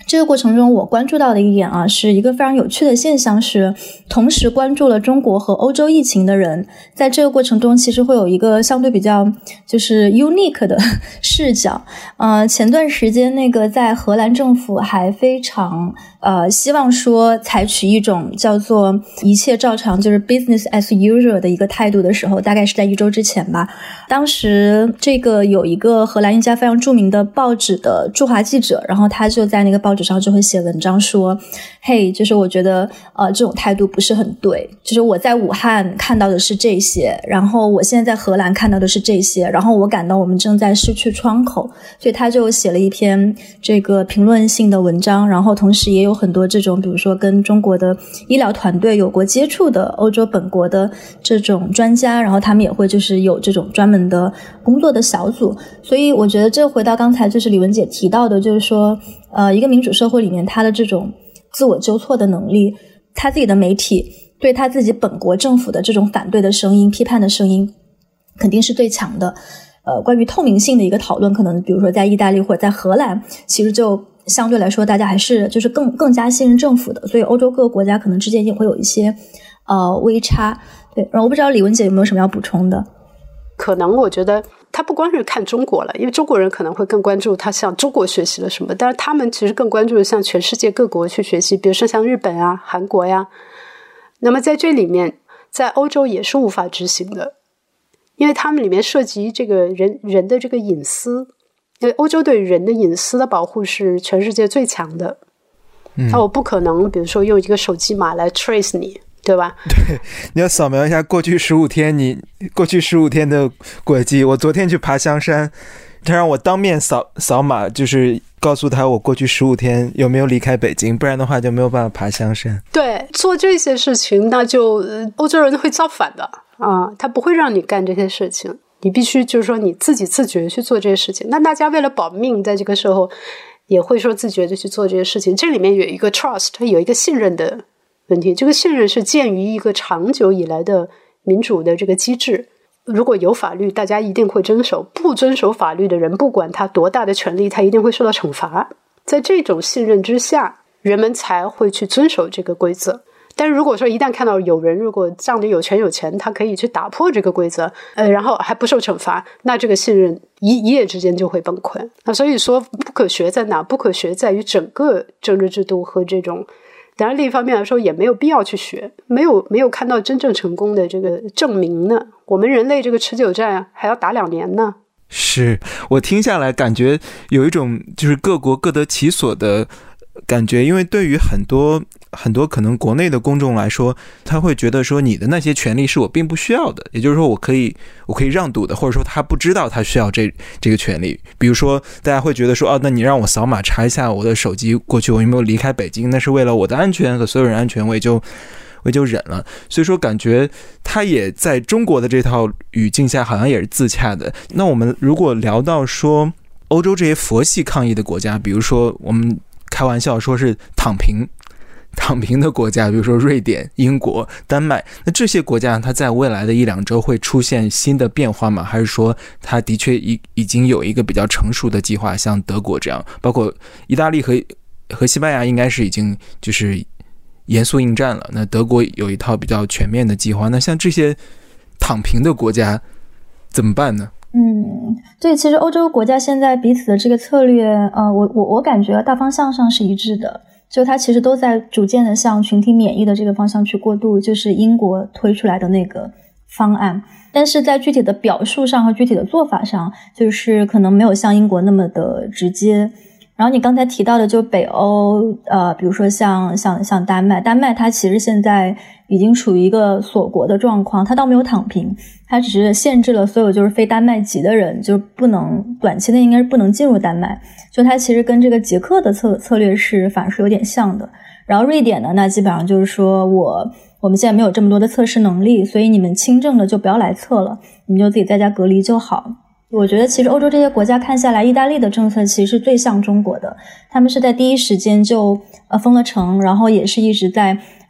S2: 这个过程中我关注到的一点啊，是一个非常有趣的现象，是同时关注了中国和欧洲疫情的人，在这个过程中其实会有一个相对比较就是 unique 的视角。前段时间那个在荷兰政府还非常希望说采取一种叫做一切照常，就是 business as usual 的一个态度的时候，大概是在1周之前吧。当时这个有一个荷兰一家非常著名的报纸的驻华记者，然后他就在那个报纸上就会写文章说，嘿，就是我觉得这种态度不是很对，就是我在武汉看到的是这些，然后我现在在荷兰看到的是这些，然后我感到我们正在失去窗口，所以他就写了一篇这个评论性的文章，然后同时也有很多这种比如说跟中国的医疗团队有过接触的欧洲本国的这种专家，然后他们也会就是有这种专门的工作的小组。所以我觉得这回到刚才就是李文姐提到的，就是说一个民主社会里面他的这种自我纠错的能力，他自己的媒体对他自己本国政府的这种反对的声音、批判的声音肯定是最强的。关于透明性的一个讨论，可能比如说在意大利或者在荷兰，其实就相对来说大家还是就是更加信任政府的，所以欧洲各个国家可能之间也会有一些微差。对，然后我不知道李文姐有没有什么要补充的。
S3: 可能我觉得他不光是看中国了，因为中国人可能会更关注他向中国学习了什么，但是他们其实更关注的向全世界各国去学习，比如说像日本啊、韩国呀。那么在这里面，在欧洲也是无法执行的，因为他们里面涉及这个人的这个隐私，因为欧洲对人的隐私的保护是全世界最强的。那我不可能比如说用一个手机码来 trace 你，对吧？
S4: 对，你要扫描一下过去15天的轨迹。我昨天去爬香山，他让我当面扫码，就是告诉他我过去15天有没有离开北京，不然的话就没有办法爬香山。
S3: 对，做这些事情那就欧洲人会造反的啊，他不会让你干这些事情，你必须就是说你自己自觉去做这些事情。那大家为了保命，在这个时候也会说自觉的去做这些事情。这里面有一个 trust， 它有一个信任的问题，这个信任是建于一个长久以来的民主的这个机制。如果有法律，大家一定会遵守，不遵守法律的人，不管他多大的权利，他一定会受到惩罚。在这种信任之下，人们才会去遵守这个规则。但是如果说一旦看到有人如果仗着有权有钱，他可以去打破这个规则，然后还不受惩罚，那这个信任一夜之间就会崩溃。那所以说不可学在哪？不可学在于整个政治制度和这种，当然另一方面来说也没有必要去学，没有看到真正成功的这个证明呢。我们人类这个持久战还要打2年呢。
S4: 是，我听下来感觉有一种就是各国各得其所的感觉，因为对于很多可能国内的公众来说，他会觉得说你的那些权利是我并不需要的，也就是说我可以让渡的，或者说他不知道他需要这个权利。比如说大家会觉得说那你让我扫码查一下我的手机过去我有没有离开北京，那是为了我的安全和所有人安全，我也就忍了。所以说感觉他也在中国的这套语境下好像也是自洽的。那我们如果聊到说欧洲这些佛系抗议的国家，比如说我们开玩笑说是躺平的国家，比如说瑞典、英国、丹麦，那这些国家它在未来的1-2周会出现新的变化吗？还是说它的确已经有一个比较成熟的计划，像德国这样，包括意大利和西班牙应该是已经就是严肃应战了，那德国有一套比较全面的计划，那像这些躺平的国家怎么办呢？
S2: 对，其实欧洲国家现在彼此的这个策略我感觉大方向上是一致的，就它其实都在逐渐的向群体免疫的这个方向去过渡，就是英国推出来的那个方案。但是在具体的表述上和具体的做法上，就是可能没有像英国那么的直接。然后你刚才提到的就北欧比如说像丹麦它其实现在已经处于一个锁国的状况，它倒没有躺平，它只是限制了所有就是非丹麦籍的人，就不能短期内应该是不能进入丹麦，就它其实跟这个捷克的策略是反而是有点像的。然后瑞典呢，那基本上就是说我们现在没有这么多的测试能力，所以你们轻症的就不要来测了，你们就自己在家隔离就好。我觉得其实欧洲这些国家看下来，意大利的政策其实是最像中国的，他们是在第一时间就封了城，然后也是一直在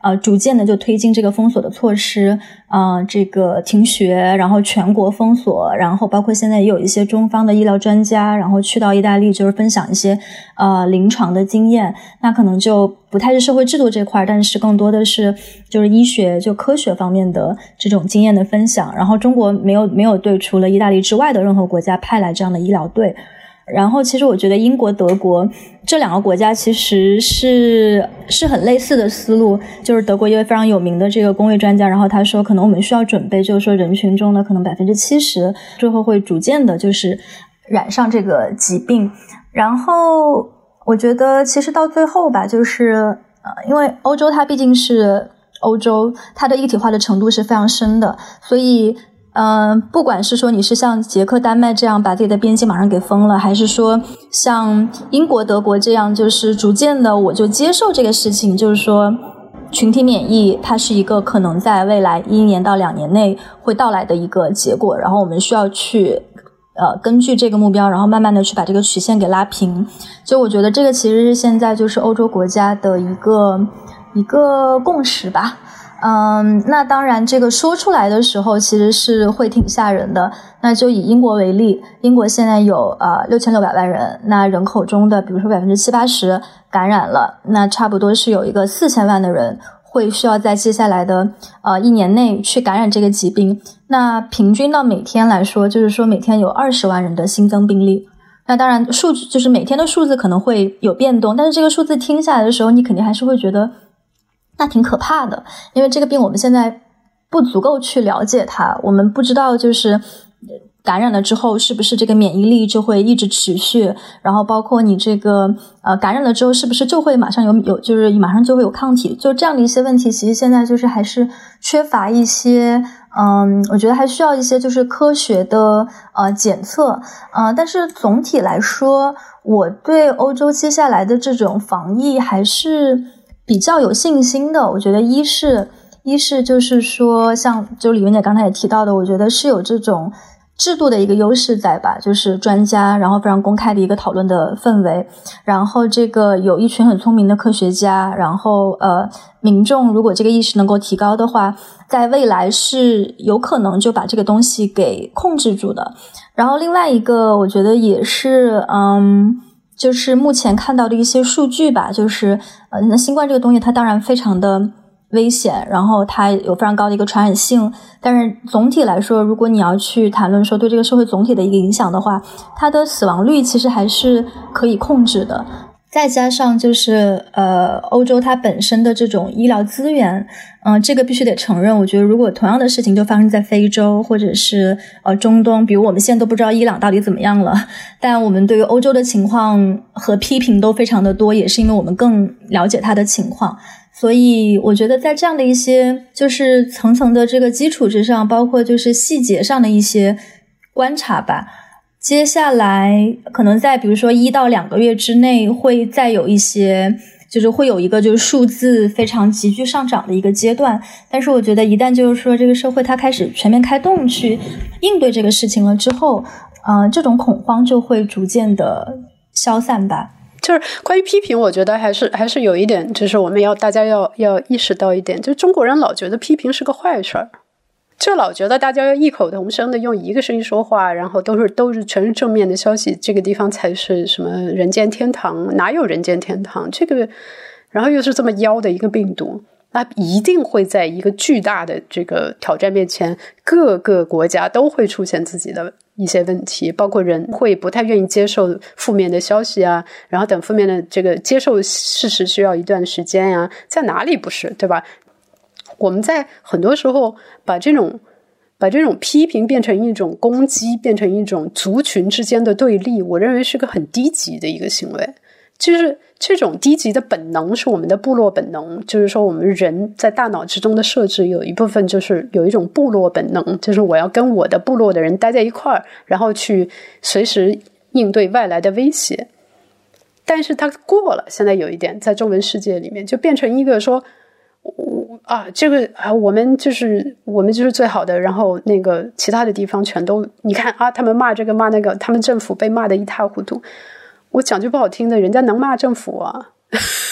S2: 逐渐的就推进这个封锁的措施，这个停学，然后全国封锁，然后包括现在也有一些中方的医疗专家，然后去到意大利就是分享一些临床的经验，那可能就不太是社会制度这块，但是更多的是就是医学就科学方面的这种经验的分享。然后中国没有对除了意大利之外的任何国家派来这样的医疗队。然后其实我觉得英国德国这2个国家其实是很类似的思路，就是德国一位非常有名的这个公卫专家，然后他说可能我们需要准备就是说人群中的可能 70% 最后会逐渐的就是染上这个疾病。然后我觉得其实到最后吧，就是因为欧洲它毕竟是欧洲，它的一体化的程度是非常深的，所以不管是说你是像捷克、丹麦这样把自己的边境马上给封了，还是说像英国、德国这样就是逐渐的我就接受这个事情，就是说群体免疫它是一个可能在未来1年到2年内会到来的一个结果，然后我们需要去根据这个目标，然后慢慢的去把这个曲线给拉平。就我觉得这个其实是现在就是欧洲国家的一个共识吧。那当然这个说出来的时候其实是会挺吓人的。那就以英国为例，英国现在有6600万人，那人口中的比如说 70-80% 感染了，那差不多是有一个4000万的人会需要在接下来的1年内去感染这个疾病。那平均到每天来说，就是说每天有20万人的新增病例。那当然数据就是每天的数字可能会有变动，但是这个数字听下来的时候，你肯定还是会觉得那挺可怕的，因为这个病我们现在不足够去了解它，我们不知道就是感染了之后是不是这个免疫力就会一直持续，然后包括你这个感染了之后是不是就会马上有就是马上就会有抗体，就这样的一些问题其实现在就是还是缺乏一些我觉得还需要一些就是科学的检测。但是总体来说，我对欧洲接下来的这种防疫还是比较有信心的。我觉得一是就是说像就李云姐刚才也提到的，我觉得是有这种制度的一个优势在吧，就是专家然后非常公开的一个讨论的氛围，然后这个有一群很聪明的科学家，然后民众如果这个意识能够提高的话，在未来是有可能就把这个东西给控制住的。然后另外一个我觉得也是就是目前看到的一些数据吧，就是那新冠这个东西它当然非常的危险，然后它有非常高的一个传染性，但是总体来说，如果你要去谈论说对这个社会总体的一个影响的话，它的死亡率其实还是可以控制的。再加上就是欧洲它本身的这种医疗资源，这个必须得承认，我觉得如果同样的事情就发生在非洲或者是中东，比如我们现在都不知道伊朗到底怎么样了，但我们对于欧洲的情况和批评都非常的多，也是因为我们更了解它的情况。所以我觉得在这样的一些就是层层的这个基础之上，包括就是细节上的一些观察吧，接下来可能在比如说1到2个月之内会再有一些就是会有一个就是数字非常急剧上涨的一个阶段，但是我觉得一旦就是说这个社会它开始全面开动去应对这个事情了之后，这种恐慌就会逐渐的消散吧。
S3: 就是关于批评，我觉得还是有一点，就是我们大家要意识到一点，就是中国人老觉得批评是个坏事儿，就老觉得大家要异口同声的用一个声音说话，然后都是全是正面的消息，这个地方才是什么人间天堂，哪有人间天堂？这个，然后又是这么妖的一个病毒，那一定会在一个巨大的这个挑战面前，各个国家都会出现自己的一些问题，包括人会不太愿意接受负面的消息啊，然后等负面的这个接受事实需要一段时间呀，在哪里不是，对吧？我们在很多时候把这种批评变成一种攻击，变成一种族群之间的对立，我认为是个很低级的一个行为。就是这种低级的本能是我们的部落本能，就是说我们人在大脑之中的设置有一部分就是有一种部落本能，就是我要跟我的部落的人待在一块儿，然后去随时应对外来的威胁。但是它过了，现在有一点在中文世界里面就变成一个说这个我们就是最好的，然后那个其他的地方全都你看他们骂这个骂那个，他们政府被骂得一塌糊涂。我讲句不好听的，人家能骂政府啊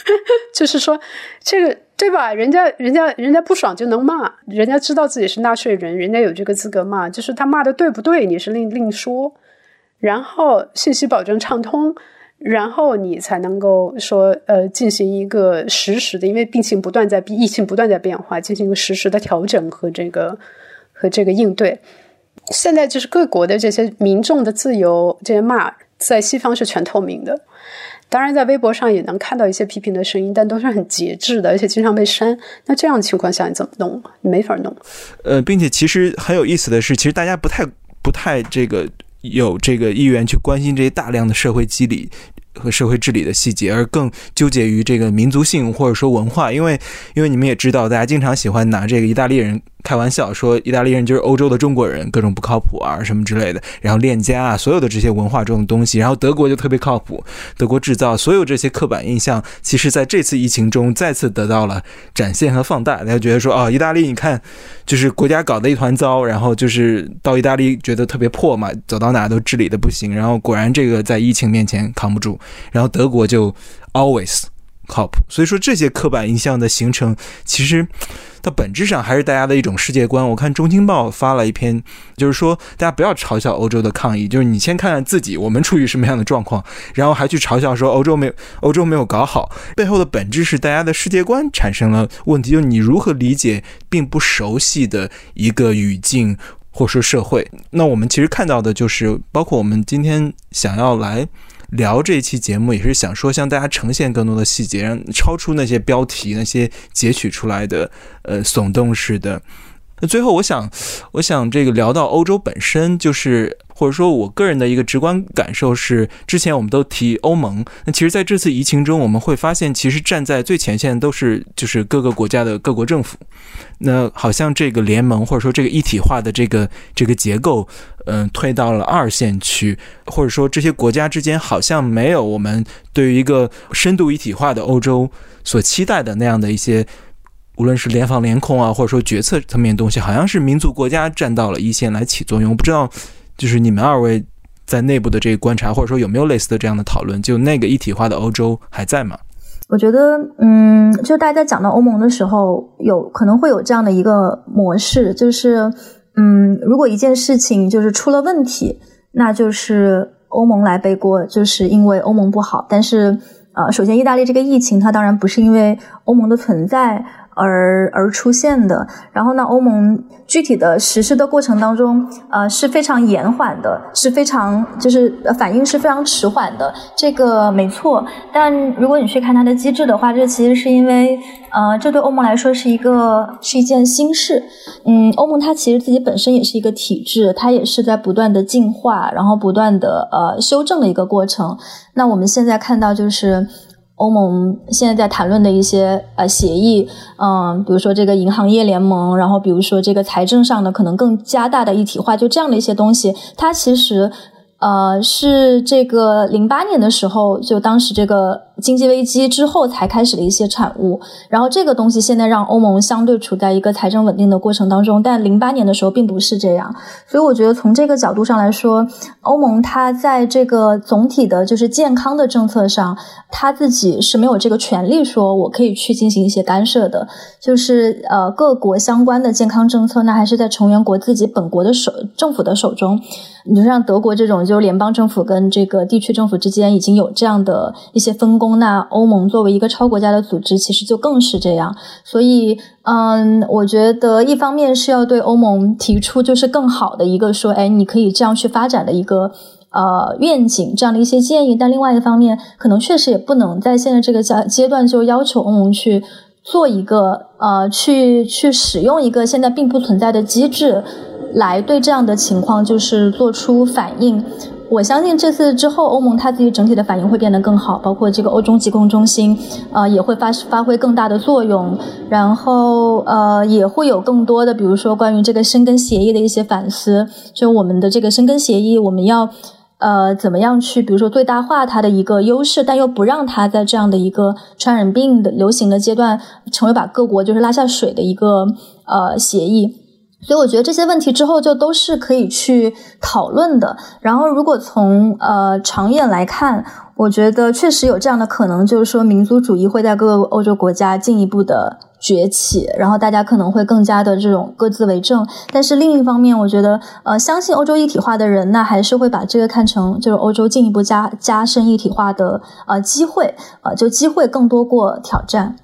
S3: 就是说这个对吧，人家不爽就能骂，人家知道自己是纳税人，人家有这个资格骂，就是他骂的对不对你是另说，然后信息保证畅通，然后你才能够说进行一个实时的，因为疫情不断在变化，进行一个实时的调整和这个应对。现在就是各国的这些民众的自由，这些骂在西方是全透明的，当然在微博上也能看到一些批评的声音，但都是很节制的，而且经常被删。那这样的情况下你怎么弄？你没法弄。
S4: 并且其实很有意思的是，其实大家不太这个有这个意愿去关心这些大量的社会机理和社会治理的细节，而更纠结于这个民族性或者说文化。因为你们也知道，大家经常喜欢拿这个意大利人开玩笑，说意大利人就是欧洲的中国人，各种不靠谱啊什么之类的，然后恋家啊，所有的这些文化中的东西。然后德国就特别靠谱，德国制造，所有这些刻板印象其实在这次疫情中再次得到了展现和放大。大家觉得说意大利你看就是国家搞得一团糟，然后就是到意大利觉得特别破嘛，走到哪都治理的不行，然后果然这个在疫情面前扛不住，然后德国就 always靠谱。所以说这些刻板印象的形成，其实它本质上还是大家的一种世界观。我看中青报发了一篇，就是说大家不要嘲笑欧洲的抗议，就是你先看看自己我们处于什么样的状况，然后还去嘲笑说欧洲没有搞好，背后的本质是大家的世界观产生了问题，就是你如何理解并不熟悉的一个语境或是社会。那我们其实看到的就是包括我们今天想要来聊这一期节目，也是想说向大家呈现更多的细节，让超出那些标题那些截取出来的耸动式的。那最后我想这个聊到欧洲本身，就是或者说我个人的一个直观感受是，之前我们都提欧盟，那其实在这次疫情中我们会发现，其实站在最前线的都是就是各个国家的各国政府。那好像这个联盟或者说这个一体化的这个结构推到了二线去，或者说这些国家之间好像没有我们对于一个深度一体化的欧洲所期待的那样的一些，无论是联防联控啊，或者说决策层面的东西，好像是民族国家站到了一线来起作用。我不知道就是你们二位在内部的这个观察，或者说有没有类似的这样的讨论，就那个一体化的欧洲还在吗？
S2: 我觉得就大家在讲到欧盟的时候，可能会有这样的一个模式，就是如果一件事情就是出了问题，那就是欧盟来背锅，就是因为欧盟不好。但是首先意大利这个疫情它当然不是因为欧盟的存在而出现的，然后呢欧盟具体的实施的过程当中是非常延缓的，是非常就是反应是非常迟缓的，这个没错。但如果你去看它的机制的话，这其实是因为这对欧盟来说是一件新事。欧盟它其实自己本身也是一个体制，它也是在不断的进化，然后不断的修正的一个过程。那我们现在看到就是欧盟现在在谈论的一些协议，比如说这个银行业联盟，然后比如说这个财政上的可能更加大的一体化，就这样的一些东西，它其实是这个08年的时候，就当时这个经济危机之后才开始的一些产物，然后这个东西现在让欧盟相对处在一个财政稳定的过程当中，但08年的时候并不是这样。所以我觉得从这个角度上来说，欧盟它在这个总体的就是健康的政策上，它自己是没有这个权利说我可以去进行一些干涉的，就是各国相关的健康政策那还是在成员国自己本国的政府的手中。你就像德国这种就是联邦政府跟这个地区政府之间已经有这样的一些分工，那欧盟作为一个超国家的组织其实就更是这样。所以我觉得一方面是要对欧盟提出就是更好的一个说你可以这样去发展的一个愿景，这样的一些建议，但另外一方面可能确实也不能在现在这个阶段就要求欧盟去做一个去使用一个现在并不存在的机制来对这样的情况就是做出反应。我相信这次之后欧盟它自己整体的反应会变得更好，包括这个欧中疾控中心也会发挥更大的作用，然后也会有更多的比如说关于这个申根协议的一些反思，就我们的这个申根协议我们要怎么样去比如说最大化它的一个优势，但又不让它在这样的一个传染病的流行的阶段成为把各国就是拉下水的一个协议。 所以我觉得这些问题之后就都是可以去讨论的。然后如果从长远来看，我觉得确实有这样的可能，就是说民族主义会在各个欧洲国家进一步的崛起，然后大家可能会更加的这种各自为政。但是另一方面，我觉得相信欧洲一体化的人呢，还是会把这个看成就是欧洲进一步加深一体化的机会，就机会更多过挑战。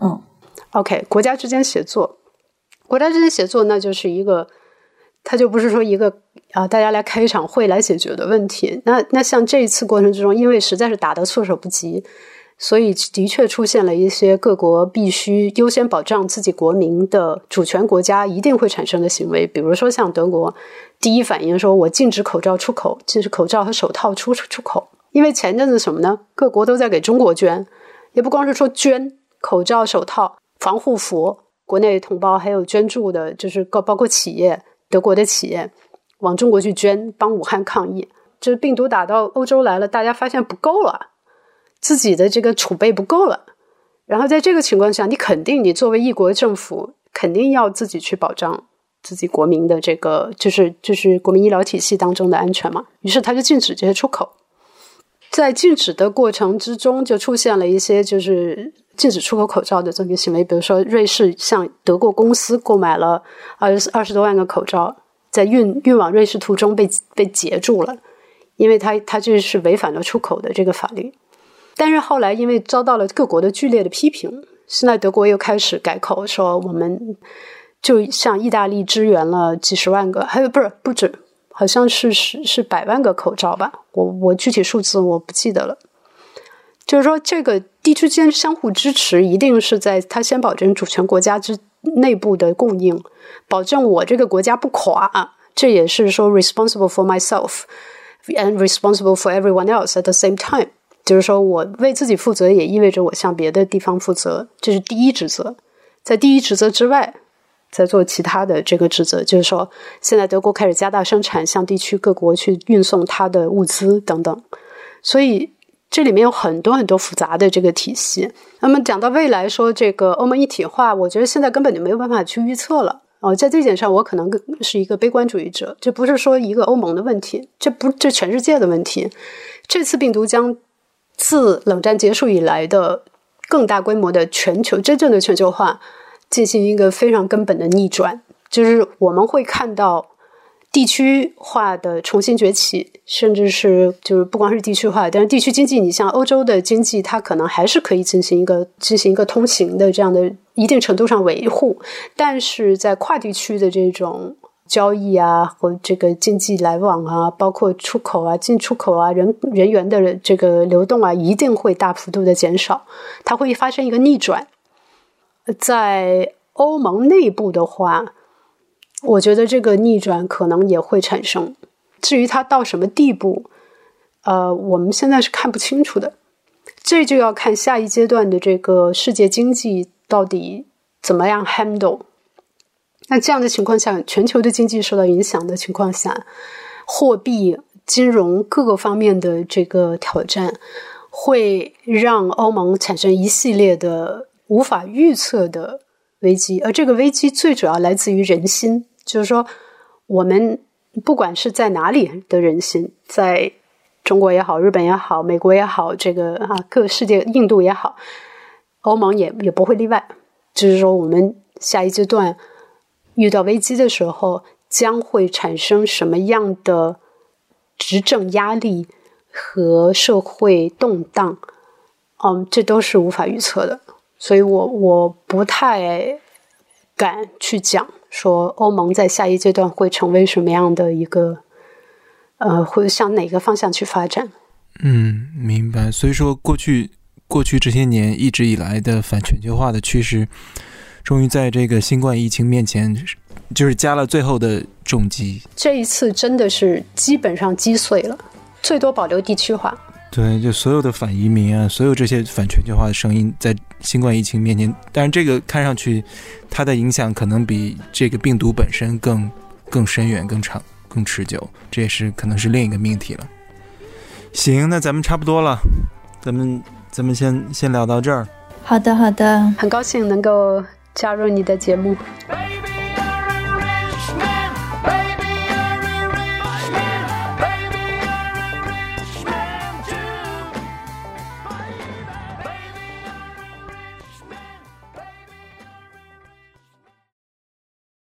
S3: OK， 国家之间协作，那就是一个，它就不是说一个大家来开一场会来解决的问题。那像这一次过程之中，因为实在是打得措手不及，所以的确出现了一些各国必须优先保障自己国民的主权国家一定会产生的行为。比如说像德国第一反应说我禁止口罩出口，禁止口罩和手套出口。因为前阵子什么呢，各国都在给中国捐，也不光是说捐口罩手套防护服，国内同胞还有捐助的，就是包括企业，德国的企业往中国去捐，帮武汉抗疫。这病毒打到欧洲来了，大家发现不够了，自己的这个储备不够了，然后在这个情况下，你作为一国政府肯定要自己去保障自己国民的这个就是国民医疗体系当中的安全嘛。于是他就禁止这些出口。在禁止的过程之中，就出现了一些就是禁止出口口罩的这个行为。比如说瑞士向德国公司购买了20多万个口罩，在运往瑞士途中被截住了，因为它这是违反了出口的这个法律。但是后来因为遭到了各国的剧烈的批评，现在德国又开始改口，说我们就向意大利支援了几十万个，还有不止，好像是100万个口罩吧，我具体数字我不记得了。就是说这个地区间相互支持，一定是在他先保证主权国家之内部的供应，保证我这个国家不垮，这也是说 responsible for myself and responsible for everyone else at the same time。就是说我为自己负责，也意味着我向别的地方负责，这是第一职责。在第一职责之外，再做其他的这个职责，就是说现在德国开始加大生产，向地区各国去运送它的物资等等。所以这里面有很多很多复杂的这个体系。那么讲到未来说这个欧盟一体化，我觉得现在根本就没有办法去预测了。在这点上我可能是一个悲观主义者，这不是说一个欧盟的问题，这全世界的问题。这次病毒将自冷战结束以来的更大规模的真正的全球化进行一个非常根本的逆转，就是我们会看到地区化的重新崛起，甚至是就是不光是地区化，但是地区经济，你像欧洲的经济，它可能还是可以进行一个通行的这样的一定程度上维护，但是在跨地区的这种交易啊和这个经济来往啊，包括出口啊进出口啊人员的这个流动啊，一定会大幅度的减少，它会发生一个逆转。在欧盟内部的话，我觉得这个逆转可能也会产生，至于它到什么地步我们现在是看不清楚的，这就要看下一阶段的这个世界经济到底怎么样 handle。那这样的情况下，全球的经济受到影响的情况下，货币金融各个方面的这个挑战会让欧盟产生一系列的无法预测的危机，而这个危机最主要来自于人心，就是说我们不管是在哪里的人心，在中国也好，日本也好，美国也好，这个各世界印度也好，欧盟也不会例外。就是说我们下一阶段遇到危机的时候将会产生什么样的执政压力和社会动荡，这都是无法预测的。所以我不太敢去讲说欧盟在下一阶段会成为什么样的一个会向哪个方向去发展。
S4: 明白。所以说过去这些年一直以来的反全球化的趋势，终于在这个新冠疫情面前就是加了最后的重击。
S3: 这一次真的是基本上击碎了，最多保留地区化。
S4: 对，就所有的反移民啊，所有这些反全球化的声音在新冠疫情面前，但是这个看上去它的影响可能比这个病毒本身更深远、更长、更持久，这也是可能是另一个命题了。行，那咱们差不多了，咱们先聊到这儿。
S2: 好的，
S3: 很高兴能够加入你的节目。